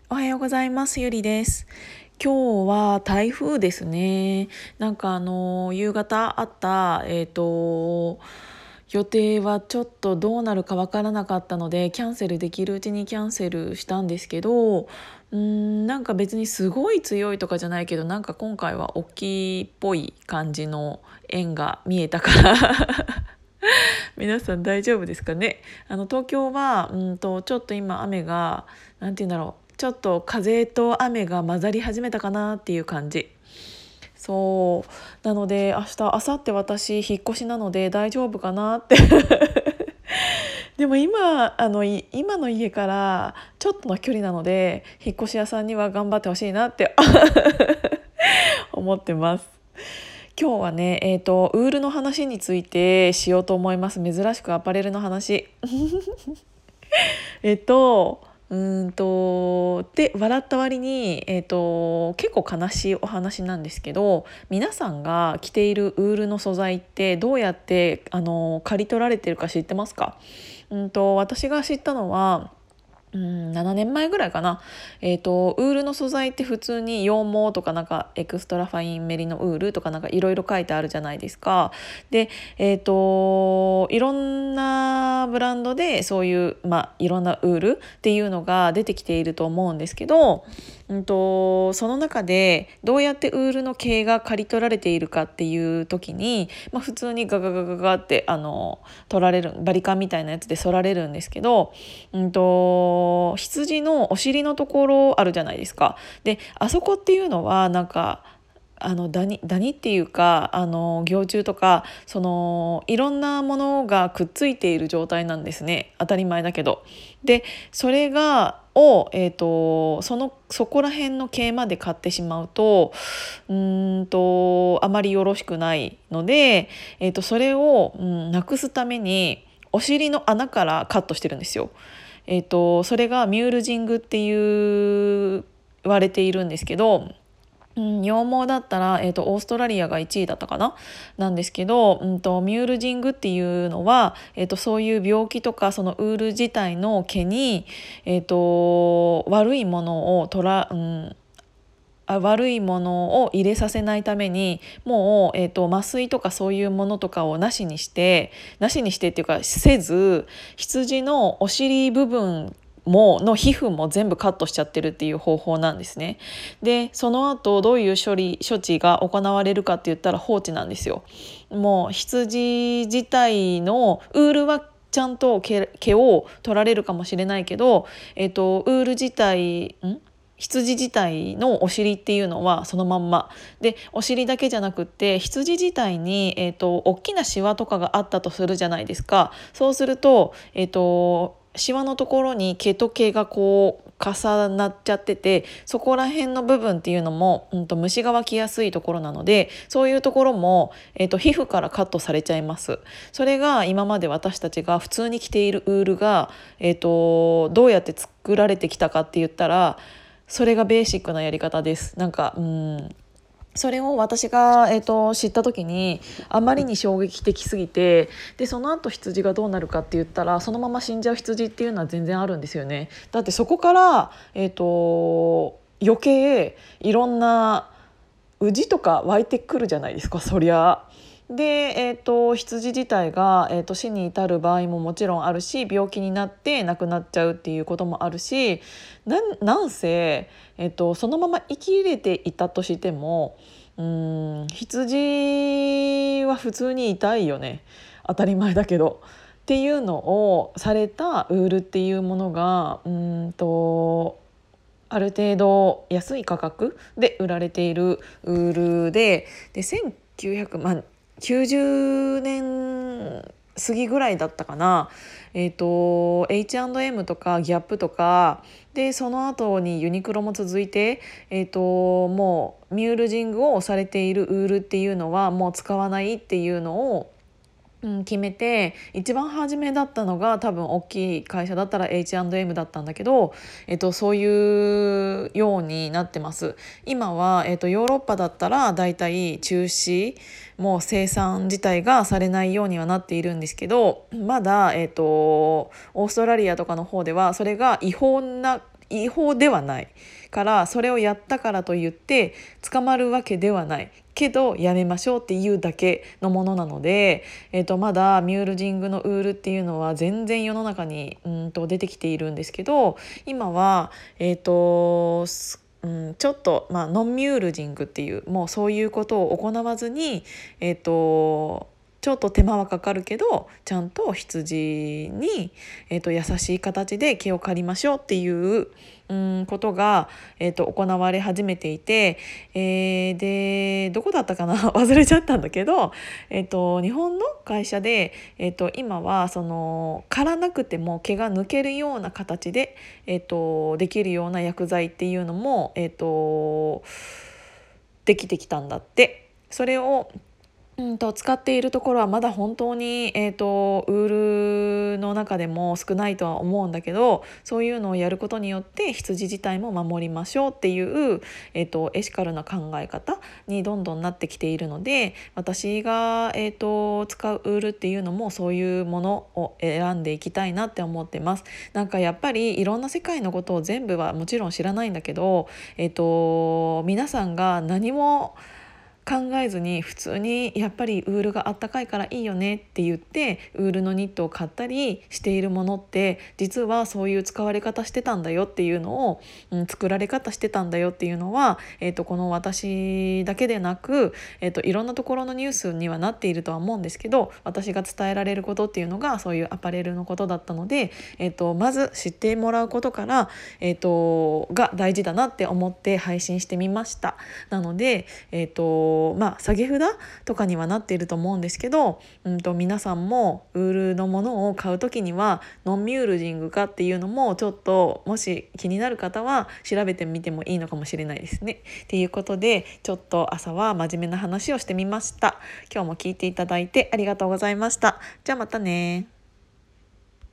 おはようございます。ゆりです。今日は台風ですね。夕方あった、予定はちょっとどうなるかわからなかったので、キャンセルできるうちにキャンセルしたんですけど、別にすごい強いとかじゃないけど、今回は大きいっぽい感じの円が見えたから皆さん大丈夫ですかね。東京はちょっと今雨がなんて言うんだろう、ちょっと風と雨が混ざり始めたかなっていう感じ。そうなので明日明後日私引っ越しなので大丈夫かなってでも今の家からちょっとの距離なので引っ越し屋さんには頑張ってほしいなって思ってます。今日はね、ウールの話についてしようと思います。珍しくアパレルの話。えっと、で笑った割に、結構悲しいお話なんですけど、皆さんが着ているウールの素材ってどうやって刈り取られてるか知ってますか？私が知ったのは7年前ぐらいかな。ウールの素材って普通に羊毛とかエクストラファインメリノウールとかいろいろ書いてあるじゃないですか。で、いろんなブランドでそういう、いろんなウールっていうのが出てきていると思うんですけど、その中でどうやってウールの毛が刈り取られているかっていう時に、普通にガガガガガって取られるバリカンみたいなやつで剃られるんですけど、羊のお尻のところあるじゃないですか。であそこっていうのはダニっていうか幼虫とかいろんなものがくっついている状態なんですね。当たり前だけど。でそれがそこら辺の毛まで買ってしまうとあまりよろしくないので、それを、なくすためにお尻の穴からカットしてるんですよ。それがミュールジングって言われているんですけど、羊毛だったら、オーストラリアが1位だったかななんですけど、ミュールジングっていうのは、そういう病気とかそのウール自体の毛に、悪いものを悪いものを入れさせないためにもう、麻酔とかそういうものとかをなしにしてっていうかせず、羊のお尻部分の皮膚も全部カットしちゃってるっていう方法なんですね。でその後どういう処置が行われるかって言ったら放置なんですよ。もう羊自体のウールはちゃんと毛を取られるかもしれないけど、ウール自体羊自体のお尻っていうのはそのまんまで、お尻だけじゃなくって羊自体に、大きなシワとかがあったとするじゃないですか。そうすると、シワのところに毛と毛がこう重なっちゃってて、そこら辺の部分っていうのも、虫が湧きやすいところなので、そういうところも、皮膚からカットされちゃいます。それが今まで私たちが普通に着ているウールが、どうやって作られてきたかって言ったら、それがベーシックなやり方です。それを私が、知った時にあまりに衝撃的すぎて、でその後羊がどうなるかって言ったら、そのまま死んじゃう羊っていうのは全然あるんですよね。だってそこから、余計いろんなウジとか湧いてくるじゃないですか、そりゃ。で、羊自体が、死に至る場合ももちろんあるし、病気になって亡くなっちゃうっていうこともあるし、なんせ、そのまま生きれていたとしても羊は普通に痛いよね。当たり前だけど。っていうのをされたウールっていうものがある程度安い価格で売られているウールで1900万90年過ぎぐらいだったかな。H&M とかギャップとかで、その後にユニクロも続いて、もうミュールジングをされているウールっていうのはもう使わないっていうのを決めて、一番初めだったのが多分大きい会社だったら H&M だったんだけど、そういうようになってます。今は、ヨーロッパだったらだいたい中止、もう生産自体がされないようにはなっているんですけど、まだ、オーストラリアとかの方ではそれが違法な違法ではないからそれをやったからといって捕まるわけではないけどやめましょうっていうだけのものなので、まだミュールジングのウールっていうのは全然世の中に出てきているんですけど、今はちょっと、ノンミュールジングっていうもうそういうことを行わずに、ちょっと手間はかかるけどちゃんと羊に、優しい形で毛を刈りましょうっていうことが、行われ始めていて、でどこだったかな忘れちゃったんだけど、日本の会社で、今はその刈らなくても毛が抜けるような形で、できるような薬剤っていうのも、できてきたんだって。それを使っているところはまだ本当に、ウールの中でも少ないとは思うんだけど、そういうのをやることによって羊自体も守りましょうっていう、エシカルな考え方にどんどんなってきているので、私が、使うウールっていうのもそういうものを選んでいきたいなって思ってます。なんかやっぱりいろんな世界のことを全部はもちろん知らないんだけど、皆さんが何も考えずに普通にやっぱりウールがあったかいからいいよねって言ってウールのニットを買ったりしているものって実はそういう使われ方してたんだよっていうのを、作られ方してたんだよっていうのは、この私だけでなく、いろんなところのニュースにはなっているとは思うんですけど、私が伝えられることっていうのがそういうアパレルのことだったので、まず知ってもらうことから、が大事だなって思って配信してみました。なので、下げ札とかにはなっていると思うんですけど、皆さんもウールのものを買う時にはノンミュールジングかっていうのもちょっともし気になる方は調べてみてもいいのかもしれないですね。っていうことでちょっと朝は真面目な話をしてみました。今日も聞いていただいてありがとうございました。じゃあまたね。